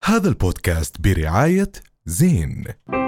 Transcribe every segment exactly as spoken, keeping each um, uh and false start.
هذا البودكاست برعاية زين.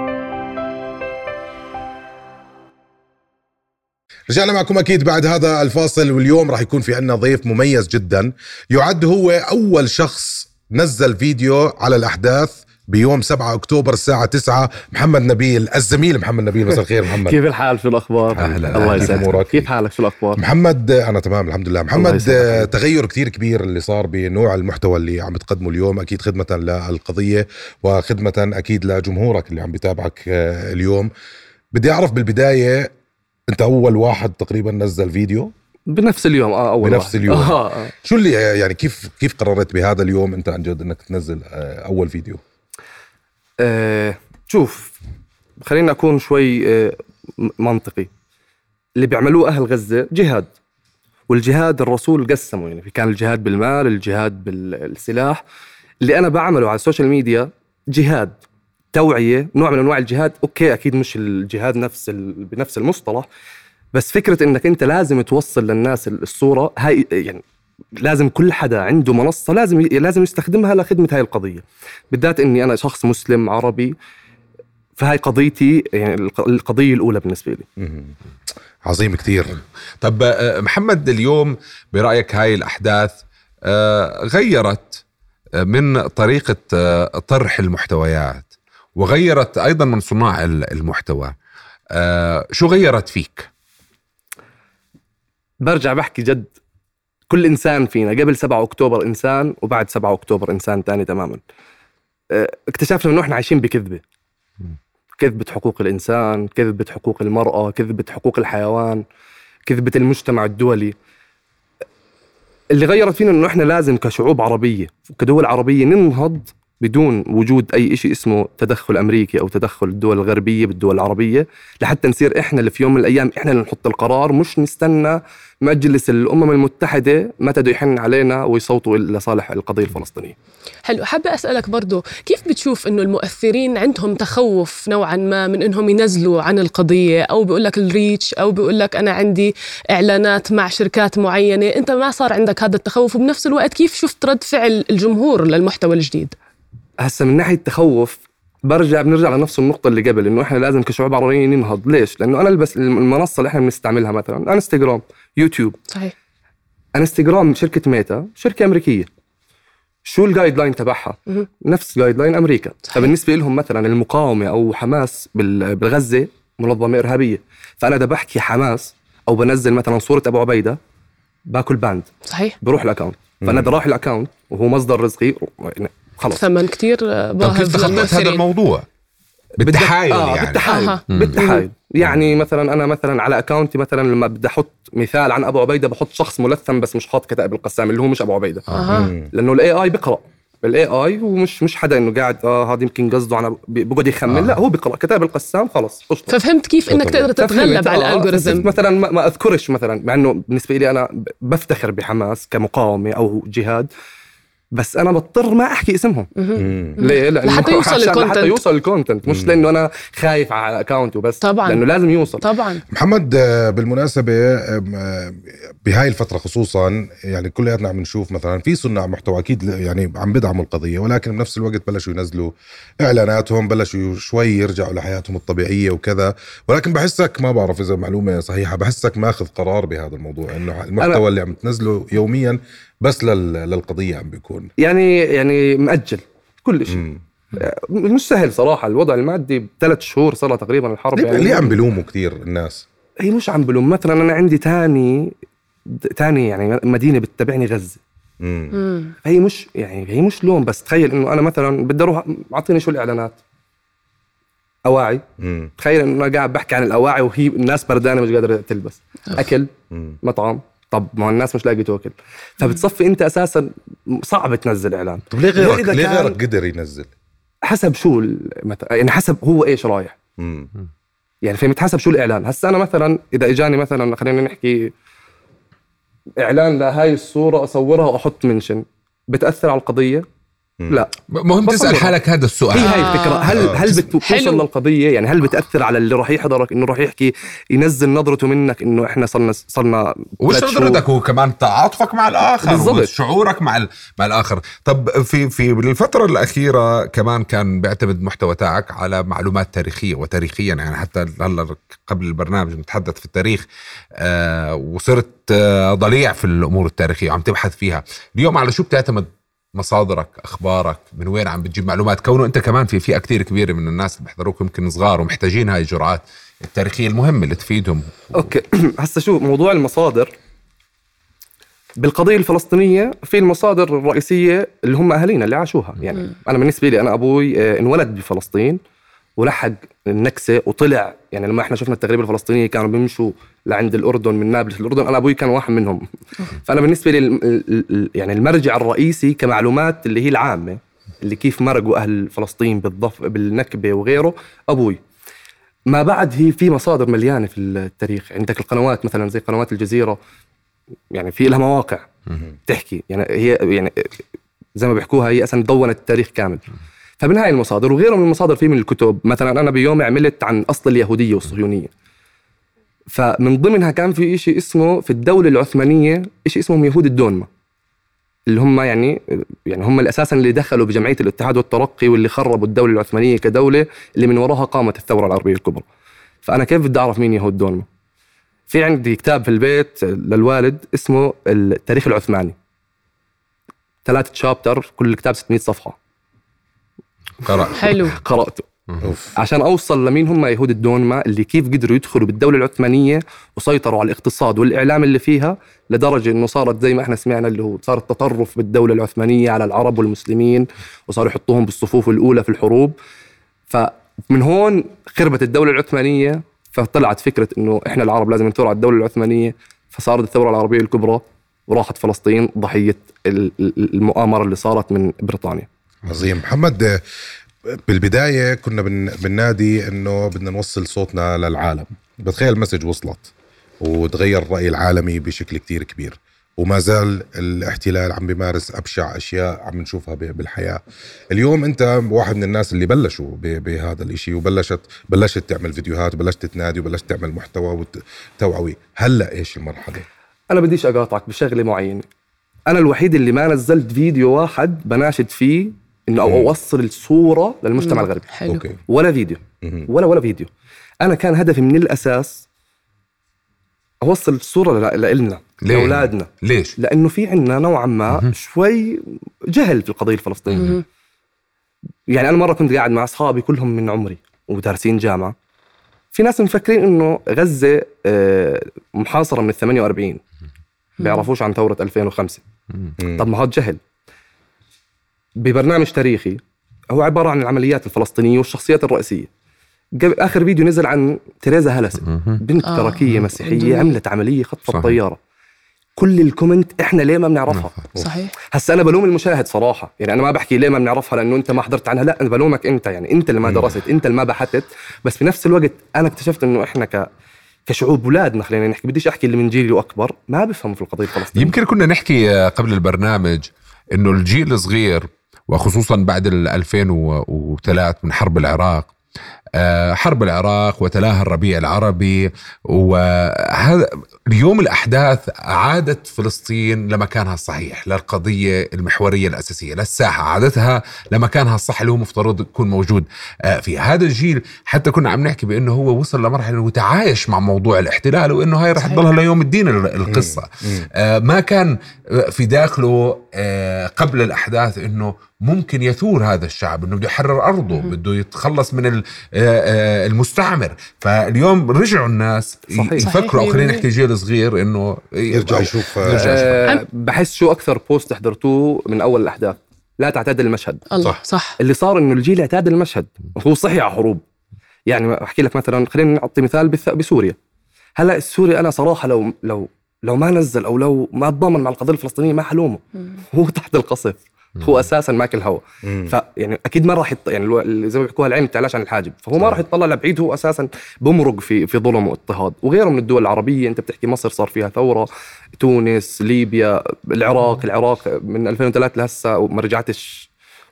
رجعنا معكم أكيد بعد هذا الفاصل، واليوم راح يكون في عنا ضيف مميز جدا، يعد هو أول شخص نزل فيديو على الأحداث بيوم سبعة أكتوبر الساعة تسعة. محمد نبيل، الزميل محمد نبيل. مساء الخير محمد. كيف الحال؟ شو الأخبار؟ أهلا. الله يسعدك. كيف حالك؟ شو الأخبار؟ محمد أنا تمام الحمد لله. محمد، تغير كتير كبير اللي صار بنوع المحتوى اللي عم تقدمه اليوم، أكيد خدمة للقضية وخدمة أكيد لجمهورك اللي عم بيتابعك اليوم. بدي أعرف بالبداية، أنت أول واحد تقريبا نزل فيديو بنفس اليوم. اه اول بنفس واحد. اليوم. آه آه. شو اللي يعني كيف كيف قررت بهذا اليوم انت عن جد انك تنزل اول فيديو؟ آه شوف، خلينا اكون شوي آه منطقي. اللي بيعملوه اهل غزة جهاد، والجهاد الرسول قسمه، يعني كان الجهاد بالمال، الجهاد بالسلاح. اللي انا بعمله على السوشيال ميديا جهاد توعية، نوع من انواع الجهاد. اوكي اكيد مش الجهاد نفس بنفس المصطلح، بس فكرة إنك أنت لازم توصل للناس الصورة هاي، يعني لازم كل حدا عنده منصة لازم لازم يستخدمها لخدمة هاي القضية، بالذات إني أنا شخص مسلم عربي، فهاي قضيتي، يعني القضية الأولى بالنسبة لي. عظيم كتير. طب محمد، اليوم برأيك هاي الأحداث غيرت من طريقة طرح المحتويات وغيرت أيضا من صناع المحتوى، شو غيرت فيك؟ برجع بحكي جد، كل إنسان فينا قبل سبعة أكتوبر إنسان، وبعد سبعة أكتوبر إنسان تاني تماما. اكتشفنا إنه إحنا عايشين بكذبة، كذبة حقوق الإنسان، كذبة حقوق المرأة، كذبة حقوق الحيوان، كذبة المجتمع الدولي. اللي غيرت فينا إنه إحنا لازم كشعوب عربية وكدول عربية ننهض بدون وجود أي إشي اسمه تدخل أمريكي أو تدخل الدول الغربية بالدول العربية، لحتى نصير إحنا اللي في يوم من الأيام إحنا اللي نحط القرار، مش نستنى مجلس الأمم المتحدة متى بده يحن علينا ويصوتوا لصالح القضية الفلسطينية. حلو. حابة أسألك برضو، كيف بتشوف إنه المؤثرين عندهم تخوف نوعا ما من إنهم ينزلوا عن القضية، أو بيقولك الريتش، أو بيقولك أنا عندي إعلانات مع شركات معينة، أنت ما صار عندك هذا التخوف، وبنفس الوقت كيف شفت رد فعل الجمهور للمحتوى الجديد؟ هسه من ناحية تخوف برجع بنرجع لنفس النقطة اللي قبل، إنه إحنا لازم كشعوب عربيين ننهض. ليش؟ لأنه أنا بس المنصة اللي إحنا بنستعملها مثلا انستغرام، يوتيوب. صحيح. انستغرام شركة ميتا، شركة أمريكية، شو الجايد لاين تبعها؟ م- نفس جايد لاين أمريكا. صحيح. فبالنسبة لهم مثلا المقاومة أو حماس بالغزة منظمة إرهابية، فأنا ده بحكي حماس أو بنزل مثلا صورة أبو عبيدة باكل باند. صحيح. بروح الأكاونت، فأنا ده راح الأكاونت وهو مصدر رزقي، خلص ثمن كتير باهظ. كيف تخطط هذا الموضوع؟ بالتحايل. آه يعني بالتحايل. آه. بالتحايل. يعني مثلا أنا مثلا على أكاونتي مثلا لما بدي أحط مثال عن أبو عبيدة بحط شخص ملثم بس مش حاط كتائب القسام اللي هو مش أبو عبيدة. آه. لأنه ال إيه آي بقرأ، ال إيه آي ومش مش حدا إنه قاعد آه هذا يمكن قصده أنا بقعد يخمن. آه. لا، هو بقرأ كتائب القسام خلاص. قشطة. ففهمت كيف إنك تقدر تتغلب على الألغوريثم. مثلا ما, ما أذكرش مثلا، مع إنه بالنسبة لي أنا بفتخر بحماس كمقاومة أو جهاد، بس أنا بضطر ما أحكي اسمهم. ليه؟ لأنه لحتى يوصل الكونتنت. لحتى يوصل الكونتنت، مش لأنه أنا خايف على أكاونتي وبس. طبعا. لأنه لازم يوصل. طبعا. محمد، بالمناسبة بهاي الفترة خصوصا، يعني كلياتنا عم نشوف مثلا في صناع محتوى أكيد يعني عم بدعموا القضية، ولكن بنفس الوقت بلشوا ينزلوا إعلاناتهم، بلشوا شوي يرجعوا لحياتهم الطبيعية وكذا. ولكن بحسك، ما بعرف إذا معلومة صحيحة، بحسك ماخذ قرار بهذا الموضوع، إنه المحتوى اللي عم تنزله يوميا بس للقضية عم بيكون يعني يعني مأجل كل شيء. مش سهل صراحة، الوضع المادي بثلاث شهور صار تقريبا الحرب. ليه, يعني ليه عم بلوموا كتير الناس؟ هي مش عم بلوم. مثلا أنا عندي تاني تاني يعني مدينة بتتبعني غزة، هي مش يعني هي مش لوم، بس تخيل إنه أنا مثلا بدي أروح أعطيني شو الإعلانات أواعي. مم. تخيل إنه أنا قاعد بحكي عن الأواعي وهي الناس بردانة مش قادرة تلبس أكل. مم. مطعم. طب ما الناس مش لاقي تاكل، فبتصفي انت اساسا صعب تنزل اعلان. طب ليه غيرك ليه غيرك قدر ينزل؟ حسب شو يعني حسب هو ايش رايح. مم. يعني فهمت، حسب شو الاعلان. هسه انا مثلا اذا اجاني مثلا خلينا نحكي اعلان لهاي الصوره اصورها واحط منشن، بتاثر على القضيه لا مهم تسأل حالك هذا السؤال. هي هاي الفكرة. هل آه. هل بتوصل للقضية يعني هل بتأثر على اللي راح يحضرك إنه راح يحكي ينزل نظرته منك إنه إحنا صرنا صرنا وش نظرتك وكمان تعاطفك مع الآخر بالضبط. وشعورك مع مع الآخر. طب في في الفترة الأخيرة كمان كان بيعتمد محتوى تاعك على معلومات تاريخية وتاريخيا يعني حتى هلا قبل البرنامج نتحدث في التاريخ آه وصرت آه ضليع في الأمور التاريخية وعم تبحث فيها. اليوم على شو بتعتمد مصادرك أخبارك؟ من وين عم بتجيب معلومات؟ كونه أنت كمان في فئة كتير كبيرة من الناس اللي بيحضروك يمكن صغار ومحتاجين هاي الجرعات التاريخية المهمة اللي تفيدهم. أوكي هسا شو موضوع المصادر بالقضية الفلسطينية في المصادر الرئيسية اللي هم أهالينا اللي عاشوها. يعني أنا بالنسبة لي أنا أبوي انولد بفلسطين ولحق النكسة وطلع يعني لما إحنا شفنا التغريبة الفلسطينية كانوا بيمشوا لعند الأردن من نابلس الأردن أنا أبوي كان واحد منهم. فأنا بالنسبة لي يعني المرجع الرئيسي كمعلومات اللي هي العامة اللي كيف مرقوا أهل فلسطين بالضف بالنكبة وغيره أبوي. ما بعد هي في مصادر مليانة في التاريخ. عندك القنوات مثلا زي قنوات الجزيرة يعني في لها مواقع تحكي يعني هي يعني زي ما بيحكوها هي أصلا دونت التاريخ كامل. فمن هاي المصادر وغيره من المصادر في من الكتب مثلا أنا بيوم عملت عن أصل اليهودية والصهيونية. فمن ضمنها كان في إشي اسمه في الدولة العثمانية إشي اسمهم يهود الدونما اللي هم يعني يعني هم الأساسا اللي دخلوا بجمعية الاتحاد والترقي واللي خربوا الدولة العثمانية كدولة اللي من وراها قامت الثورة العربية الكبرى. فأنا كيف بدي أعرف مين يهود دونما؟ في عندي كتاب في البيت للوالد اسمه التاريخ العثماني ثلاثة شابتر كل كتاب ستمائة صفحة. قرأت حلو قرأته أوف. عشان أوصل لمين هم يهود الدونما اللي كيف قدروا يدخلوا بالدولة العثمانية وسيطروا على الاقتصاد والإعلام اللي فيها لدرجة إنه صارت زي ما إحنا سمعنا اللي هو صار التطرف بالدولة العثمانية على العرب والمسلمين وصاروا يحطوهم بالصفوف الأولى في الحروب. فمن هون خربت الدولة العثمانية فطلعت فكرة إنه إحنا العرب لازم نثور على الدولة العثمانية فصارت الثورة العربية الكبرى وراحت فلسطين ضحية المؤامرة اللي صارت من بريطانيا. عظيم. محمد بالبداية كنا بالنادي إنه بدنا نوصل صوتنا للعالم. بتخيل المسج وصلت وتغير الرأي العالمي بشكل كتير كبير وما زال الاحتلال عم بيمارس أبشع أشياء عم نشوفها بالحياة. اليوم أنت واحد من الناس اللي بلشوا بهذا الاشي وبلشت بلشت تعمل فيديوهات وبلشت تنادي وبلشت تعمل محتوى وتوعوي. هلأ إيش المرحلة؟ أنا بديش أقاطعك بشغلة معينة. أنا الوحيد اللي ما نزلت فيديو واحد بناشد فيه إنه أو أوصل الصورة للمجتمع الغربي. حلو. أوكي. ولا فيديو ولا ولا فيديو. أنا كان هدفي من الأساس أوصل الصورة لإلنا لأولادنا. ليش؟ لأنه في عنا نوعا ما شوي جهل في القضية الفلسطينية. يعني أنا مرة كنت قاعد مع أصحابي كلهم من عمري ودارسين جامعة. في ناس مفكرين إنه غزة محاصرة من الثمانية وأربعين بيعرفوش عن ثورة ألفين وخمسة. طب ما هذا جهل. ببرنامج تاريخي هو عبارة عن العمليات الفلسطينية والشخصيات الرئيسية. آخر فيديو نزل عن تيريزا هلس بنت آه. تركية مسيحية عملت عملية خطف صحيح. الطيارة. كل الكومنت إحنا ليه ما بنعرفها؟ صحيح. هسا أنا بلوم المشاهد صراحة. يعني أنا ما بحكي ليه ما بنعرفها لأنه أنت ما حضرت عنها. لا أنا بلومك أنت. يعني أنت اللي ما درست أنت اللي ما بحثت. بس في نفس الوقت أنا اكتشفت إنه إحنا ك كشعوب أولادنا خلينا نحكي بديش أحكي اللي من جيلي وأكبر ما بفهموا في القضية الفلسطينية. يمكن كنا نحكي قبل البرنامج إنه الجيل الصغير وخصوصا بعد ألفين وثلاثة من حرب العراق حرب العراق وتلاها الربيع العربي وهذا اليوم الأحداث عادت فلسطين لمكانها الصحيح للقضية المحورية الأساسية للساحة عادتها لمكانها الصح اللي هو مفترض يكون موجود في هذا الجيل. حتى كنا عم نحكي بأنه هو وصل لمرحلة أنه تعايش مع موضوع الاحتلال وأنه هاي رح تضلها ليوم الدين القصة. ما كان في داخله قبل الأحداث أنه ممكن يثور هذا الشعب انه بده يحرر ارضه بده يتخلص من المستعمر. فاليوم رجعوا الناس يفكروا خلينا نحكي جيل صغير انه يرجع يشوف. أه بحس شو اكثر بوست حضرتوه من اول الاحداث لا تعتادل المشهد. الله صح. صح. اللي صار انه الجيل اعتاد المشهد هو صحي على حروب. يعني احكي لك مثلا خلينا نعطي مثال بسوريا. هلا السوري انا صراحه لو لو لو ما نزل او لو ما تضامن مع القضيه الفلسطينيه ما حلومه. هو تحت القصف هو اساسا ماكل هوا. فيعني اكيد ما راح يط... يعني زي ما بيحكوها العين بتعلاش عن الحاجب. فهو ما راح يطلع لبعيد. هو اساسا بمرق في في ظلم واضطهاد. وغيره من الدول العربيه انت بتحكي مصر صار فيها ثوره تونس ليبيا العراق العراق من ألفين وثلاثة لهسه وما رجعتش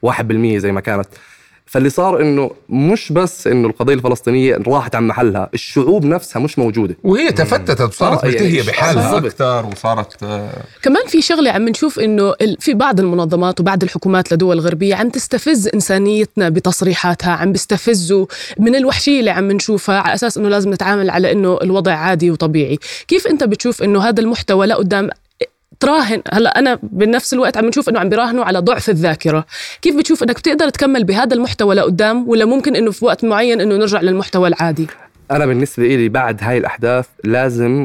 واحد بالمية زي ما كانت. فاللي صار إنه مش بس إنه القضية الفلسطينية راحت عن محلها، الشعوب نفسها مش موجودة وهي تفتتت وصارت آه يعني ملتهية بحالها بالضبط. أكثر وصارت آه، كمان في شغلة عم نشوف إنه ال- في بعض المنظمات وبعض الحكومات لدول غربية عم تستفز إنسانيتنا بتصريحاتها، عم بيستفزوا من الوحشية اللي عم نشوفها على أساس إنه لازم نتعامل على إنه الوضع عادي وطبيعي. كيف أنت بتشوف إنه هذا المحتوى لقدام تراهن؟ هلا أنا بنفس الوقت عم نشوف إنه عم بيراهنوا على ضعف الذاكرة. كيف بتشوف إنك بتقدر تكمل بهذا المحتوى لقدام، ولا ممكن إنه في وقت معين إنه نرجع للمحتوى العادي؟ أنا بالنسبة لي بعد هاي الأحداث لازم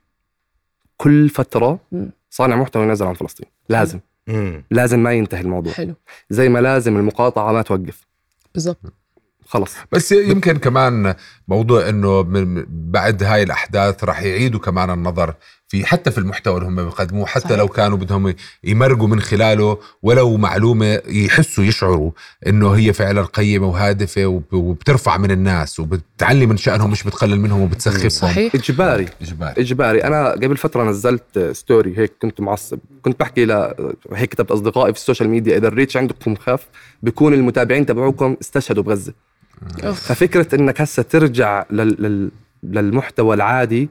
كل فترة صانع محتوى ينزل عن فلسطين، لازم مم. لازم ما ينتهي الموضوع، حلو، زي ما لازم المقاطعة ما توقف بالضبط. خلص. بس يمكن كمان موضوع انه من بعد هاي الاحداث راح يعيدوا كمان النظر في حتى في المحتوى اللي هم بيقدموه، حتى صحيح. لو كانوا بدهم يمرقوا من خلاله ولو معلومة يحسوا يشعروا انه هي فعلا قيمة وهادفة وب- وبترفع من الناس وبتعلي من شأنهم مش بتقلل منهم وبتسخفهم. صحيح. إجباري إجباري. إجباري. أنا قبل فترة نزلت ستوري هيك كنت معصب، كنت بحكي ل هيك كتبت أصدقائي في السوشيال ميديا إذا الريتش عندكم خف بيكون المتابعين تبعوكم استشهدوا بغزة. أوف. ففكرة إنك هسه ترجع لل... لل... للمحتوى العادي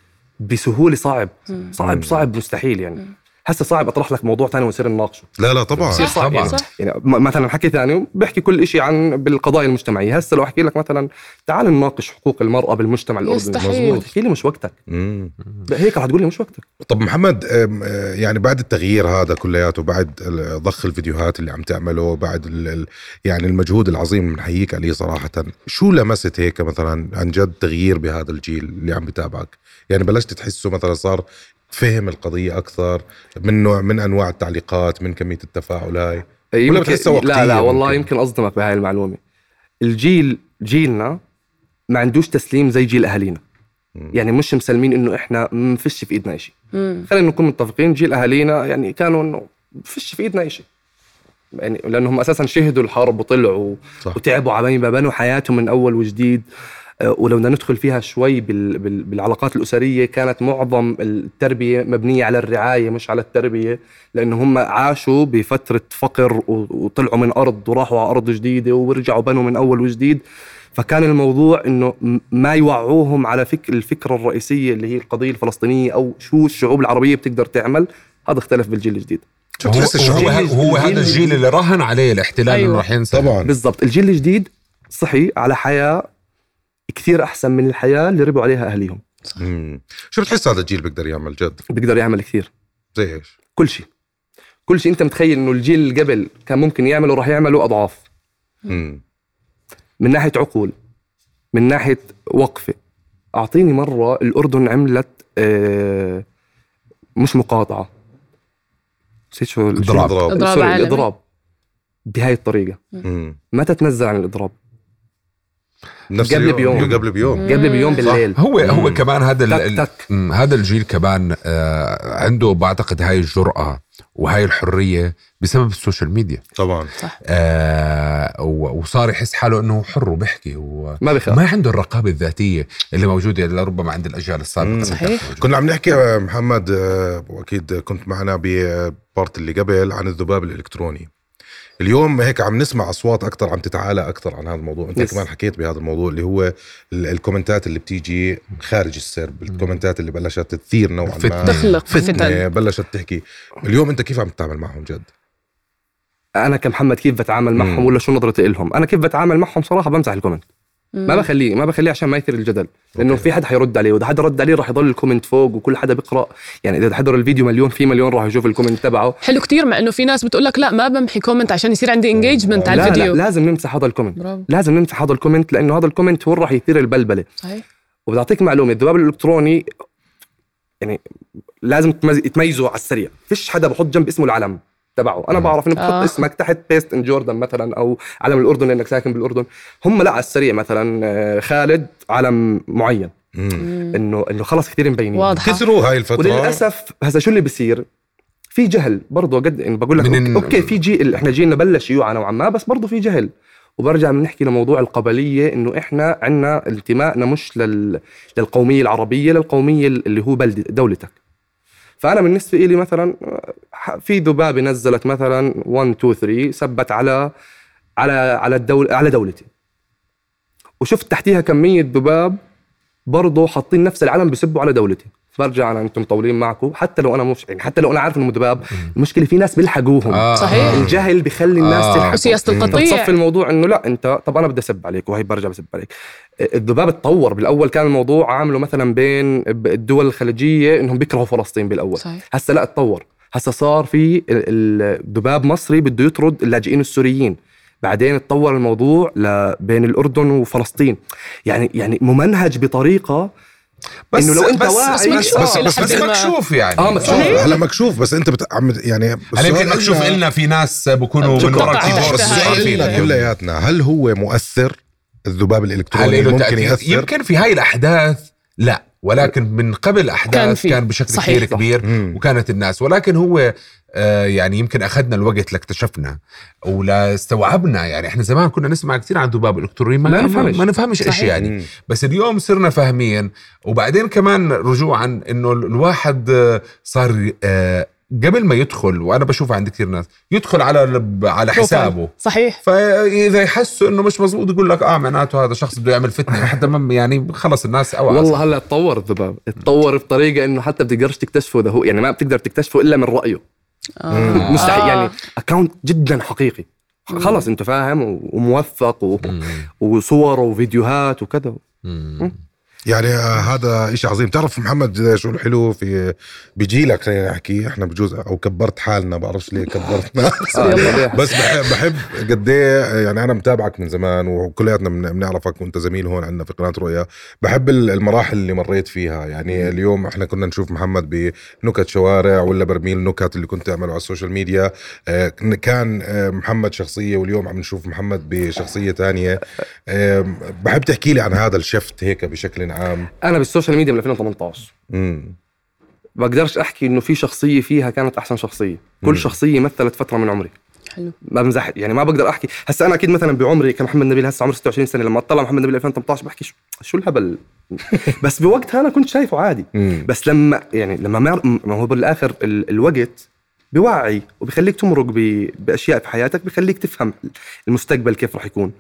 بسهولة صعب صعب صعب مستحيل يعني. هسه صعب أطرح لك موضوع تاني ونصير نناقشه. لا لا طبعا بصير صعب يعني. صح. يعني م- مثلا حكي ثاني بحكي كل إشي عن بالقضايا المجتمعية. هسه لو أحكي لك مثلا تعال نناقش حقوق المرأة بالمجتمع الأردني، يستحيل. مظبوط تحكي لي مش وقتك. مم. لا هيك رح تقول لي مش وقتك. طب محمد، أم، آه، يعني بعد التغيير هذا كلياته، بعد ال- ضخ الفيديوهات اللي عم تعمله، بعد ال ال يعني المجهود العظيم اللي بنحييك عليه صراحة، شو لمست هيك مثلا عن جد تغيير بهذا الجيل اللي عم بتابعك؟ يعني بلشت تحسه مثلا صار فهم القضية أكثر من نوع من أنواع التعليقات، من كمية التفاعل هاي؟ ولا بتحسها وقتية؟ لا لا والله ممكن. يمكن أصدمك بهاي المعلومة. الجيل جيلنا ما عندوش تسليم زي جيل أهالينا. يعني مش مسلمين إنه إحنا مفش في إيدنا إشي. خلينا نكون متفقين، جيل أهالينا يعني كانوا إنه مفش في إيدنا إشي، يعني لأنهم أساساً شهدوا الحرب وطلعوا صح. وتعبوا عبين ما بنوا حياتهم من أول وجديد. أه، ولو بدنا ندخل فيها شوي بال بال بالعلاقات الأسرية، كانت معظم التربية مبنية على الرعاية مش على التربية، لأنه هم عاشوا بفترة فقر و- وطلعوا من أرض وراحوا على أرض جديدة ورجعوا بنوا من أول وجديد. فكان الموضوع إنه م- ما يوعوهم على فكر الفكرة الرئيسية اللي هي القضية الفلسطينية أو شو الشعوب العربية بتقدر تعمل. هذا اختلف بالجيل الجديد. شو هو, بتحس هو, الشعوب؟ هو هذا الجيل اللي راهن عليه الاحتلال أيوة. انه راح ينسى. طبعا بالضبط. الجيل الجديد صحي على حياة كثير أحسن من الحياة اللي ربوا عليها أهليهم. مم. شو بتحس هذا الجيل بيقدر يعمل جد؟ بيقدر يعمل كثير، زي إيش؟ كل شيء كل شيء أنت متخيل إنه الجيل اللي قبل كان ممكن يعمله راح يعمله أضعاف، مم. من ناحية عقول، من ناحية وقفة. أعطيني مرة الأردن عملت آه مش مقاطعة، نسيت شو إضراب. شو- إضراب سوري، عالمي. الإضراب بهاي الطريقة. مم. متى تنزل عن الإضراب؟ نفس قبل اليوم- بيوم. قبل بيوم قبل بيوم بالليل. هو هو مم. كمان هذا ال- تك ال- تك. مم، هذا الجيل كمان آه عنده بعتقد هاي الجرأة وهاي الحرية بسبب السوشيال ميديا. طبعا. آه و- وصار يحس حاله انه حر وبيحكي وما ما بخاف. عنده الرقابة الذاتية اللي موجودة لربما عند الأجيال السابقة. مم. صحيح. كنا عم نحكي آه، محمد، آه، واكيد كنت معنا ببارت اللي قبل عن الذباب الالكتروني. اليوم هيك عم نسمع اصوات اكثر عم تتعالى اكثر عن هذا الموضوع. انت يس. كمان حكيت بهذا الموضوع اللي هو ال- الكومنتات اللي بتيجي خارج السرب، الكومنتات اللي بلشت تثير نوعا ما فتنة. تخلق فتن. فتنة، بلشت تحكي. اليوم انت كيف عم تتعامل معهم جد؟ أنا كمحمد كيف بتعامل معهم مم. ولا شو نظرتي إلهم؟ أنا كيف بتعامل معهم صراحة بمسح الكومنت، ما بخليه ما بخليه عشان ما يثير الجدل، لأنه أوكي. في حد حيرد عليه، وإذا حدا رد عليه راح يضل الكومنت فوق وكل حدا بيقرأ. يعني إذا حضر الفيديو مليون في مليون راح يشوف الكومنت تبعه. حلو كتير، مع انه في ناس بتقول لك لا ما بمحي كومنت عشان يصير عندي انجيجمنت على لا لا الفيديو. لازم نمسح هذا الكومنت، برافو. لازم نمسح هذا الكومنت، لأنه هذا الكومنت هو راح يثير البلبلة. صحيح. وبدي أعطيك معلومة، الذباب الإلكتروني يعني لازم تميز- يتميزوا على السريع. فيش حدا بحط جنب اسمه العلم تبعه. انا بعرف انه بتحط آه. اسمك تحت بيست ان جوردن مثلا او علم الاردن لانك ساكن بالاردن. هم لا على السريع مثلا آه، خالد علم معين، انه انه خلص كثير مبينين. واضحة. كثروا هاي الفترة. وللاسف هذا شو اللي بيصير، في جهل برضه قد يعني بقول لك من أوكي, ال- اوكي في جيل احنا جيلنا بلش يوعى نوعا ما، بس برضه في جهل. وبرجع بنحكي لموضوع القبليه، انه احنا عنا انتمائنا مش لل... للقوميه العربيه، للقوميه اللي هو بلد دولتك. فانا بالنسبه لي مثلا في ذبابه نزلت مثلا واحد اثنين ثلاثة سبت على على على الدوله على دولتي، وشفت تحتيها كميه ذباب برضه حاطين نفس العلم بيسبوا على دولتي، برجع انا انتم مطولين معكم حتى لو انا مش يعني حتى لو انا عارف انه ذباب. المشكله في ناس بيلحقوهم. آه. صحيح. الجهل بيخلي الناس آه. تلحق وسياسه القطيع تصفي الموضوع انه لا انت طب انا بدي اسب عليك وهي برجع بسب عليك. الذباب اتطور. بالاول كان الموضوع عامله مثلا بين الدول الخليجيه انهم بيكرهوا فلسطين بالاول، هسه لا اتطور، هسه صار في الذباب مصري بده يطرد اللاجئين السوريين، بعدين اتطور الموضوع بين الأردن وفلسطين. يعني يعني ممنهج بطريقة بس إنه لو أنت بس واعي بس, بس, بس, بس مكشوف يعني آه مكشوف. هلا مكشوف بس أنت بتعمد يعني هل يمكن مكشوف إلنا في ناس بكونوا من وراء الكيبورد عارفين كلياتنا. هل هو مؤثر الذباب الإلكتروني ممكن يأثر؟ يمكن في هاي الأحداث لا، ولكن من قبل أحداث كان, كان بشكل كثير كبير مم. وكانت الناس، ولكن هو آه يعني يمكن أخذنا الوقت لاكتشفنا ولا استوعبنا. يعني إحنا زمان كنا نسمع كثير عن ذباب إلكتروني ما نفهمش ما نفهمش إيش يعني مم. بس اليوم صرنا فاهمين. وبعدين كمان رجوعا إنه الواحد صار آه قبل ما يدخل، وانا بشوف عند كثير ناس يدخل على على حسابه صحيح، فاذا يحسوا انه مش مزبوط يقول لك اه معناته هذا شخص بده يعمل فتنه حتى ما يعني خلص الناس او والله هلا تطور الذباب اتطور بطريقه انه حتى بتقدرش تكتشفه ده هو، يعني ما بتقدر تكتشفه الا من رايه. آه. مستحيل آه. يعني اكاونت جدا حقيقي خلص انت فاهم وموثق و... وصور وفيديوهات وكذا. يعني هذا إشي عظيم. تعرف محمد شو الحلو في بيجيلك خلينا نحكي احنا بجوز او كبرت حالنا بعرفش ليه كبرتنا بس بحب, بحب قد ايه يعني انا متابعك من زمان وكلياتنا بنعرفك وانت زميل هون عندنا في قناة رؤيا. بحب المراحل اللي مريت فيها. يعني اليوم احنا كنا نشوف محمد بنكت شوارع ولا برميل نكت اللي كنت تعمله على السوشيال ميديا، كان محمد شخصية واليوم عم نشوف محمد بشخصية تانية. بحب تحكي لي عن هذا الشفت هيك بشكل عام. أنا بالسوشيال ميديا من ألفين وثمانية عشر امم بقدرش أحكي إنه في شخصية فيها كانت أحسن شخصية. كل مم. شخصية مثلت فترة من عمري. حلو. ما بمزح يعني ما بقدر أحكي هسه أنا أكيد مثلا بعمري كمحمد نبيل هسه عمري ستة وعشرين سنة لما أطلع محمد نبيل ألفين وثمانية عشر بحكي شو, شو الهبل بس بوقتها أنا كنت شايفه عادي. مم. بس لما يعني لما ما هو بالآخر ال... الوقت بوعي وبيخليك تمرق ب... بأشياء في حياتك بيخليك تفهم المستقبل كيف رح يكون.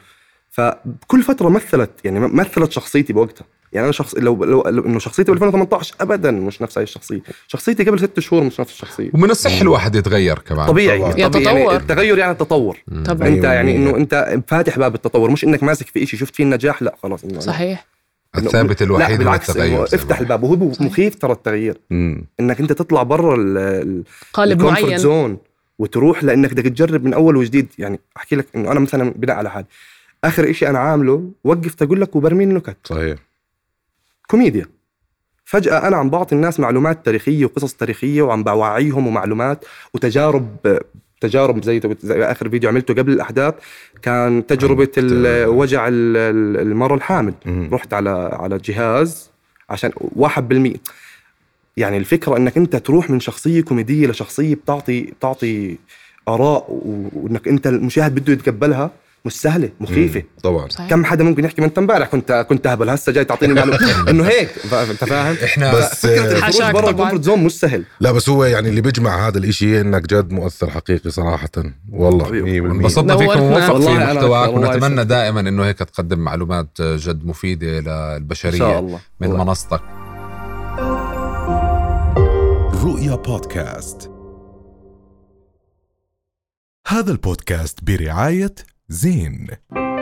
فكل فترة مثلت يعني مثلت شخصيتي بوقتها. يعني أنا شخص لو, لو, لو إنه شخصيتي ب ألفين وثمانية عشر أبداً مش نفس هاي الشخصية. شخصيتي قبل ست شهور مش نفس الشخصية. ومن الصح الواحد يتغير كمان طبيعي. طبيعي. طبيعي يعني التغير يعني التطور. أنت يعني إنه أنت فاتح باب التطور مش إنك ماسك في إشي شفت فيه النجاح لا خلاص إنه صحيح. الثابت الوحيد هو التغير. افتح الباب وهو مخيف ترى التغيير. مم. إنك أنت تطلع برا قالب معين زون وتروح لأنك بدك تجرب من أول وجديد. يعني أحكي لك إنه أنا مثلاً بناء على حالي آخر إشي أنا عامله وقفت أقول لك وبرمي النكت. صحيح. كوميديا. فجأة أنا عم بعطي الناس معلومات تاريخية وقصص تاريخية وعم بوعيهم ومعلومات وتجارب تجارب زي, زي آخر فيديو عملته قبل الأحداث كان تجربة وجع المرأة الحامل. رحت على على جهاز عشان واحد بالمئة. يعني الفكرة إنك أنت تروح من شخصية كوميدية لشخصية بتعطي بتعطي آراء وإنك أنت المشاهد بده يتقبلها مش سهلة مخيفة طبعا. كم حدا ممكن يحكي من انت امبارح كنت كنت هبل هسه جاي تعطيني معلومه انه هيك انت فاهم. احنا بس الخروج برا الكومفورت زون مش سهل. لا بس هو يعني اللي بيجمع هذا الاشي انك جد مؤثر حقيقي صراحه والله. انبسطنا فيكم ووفق في محتواك ونتمنى دائما انه هيك تقدم معلومات جد مفيده للبشريه من منصتك. رؤيا بودكاست. هذا البودكاست برعاية زين.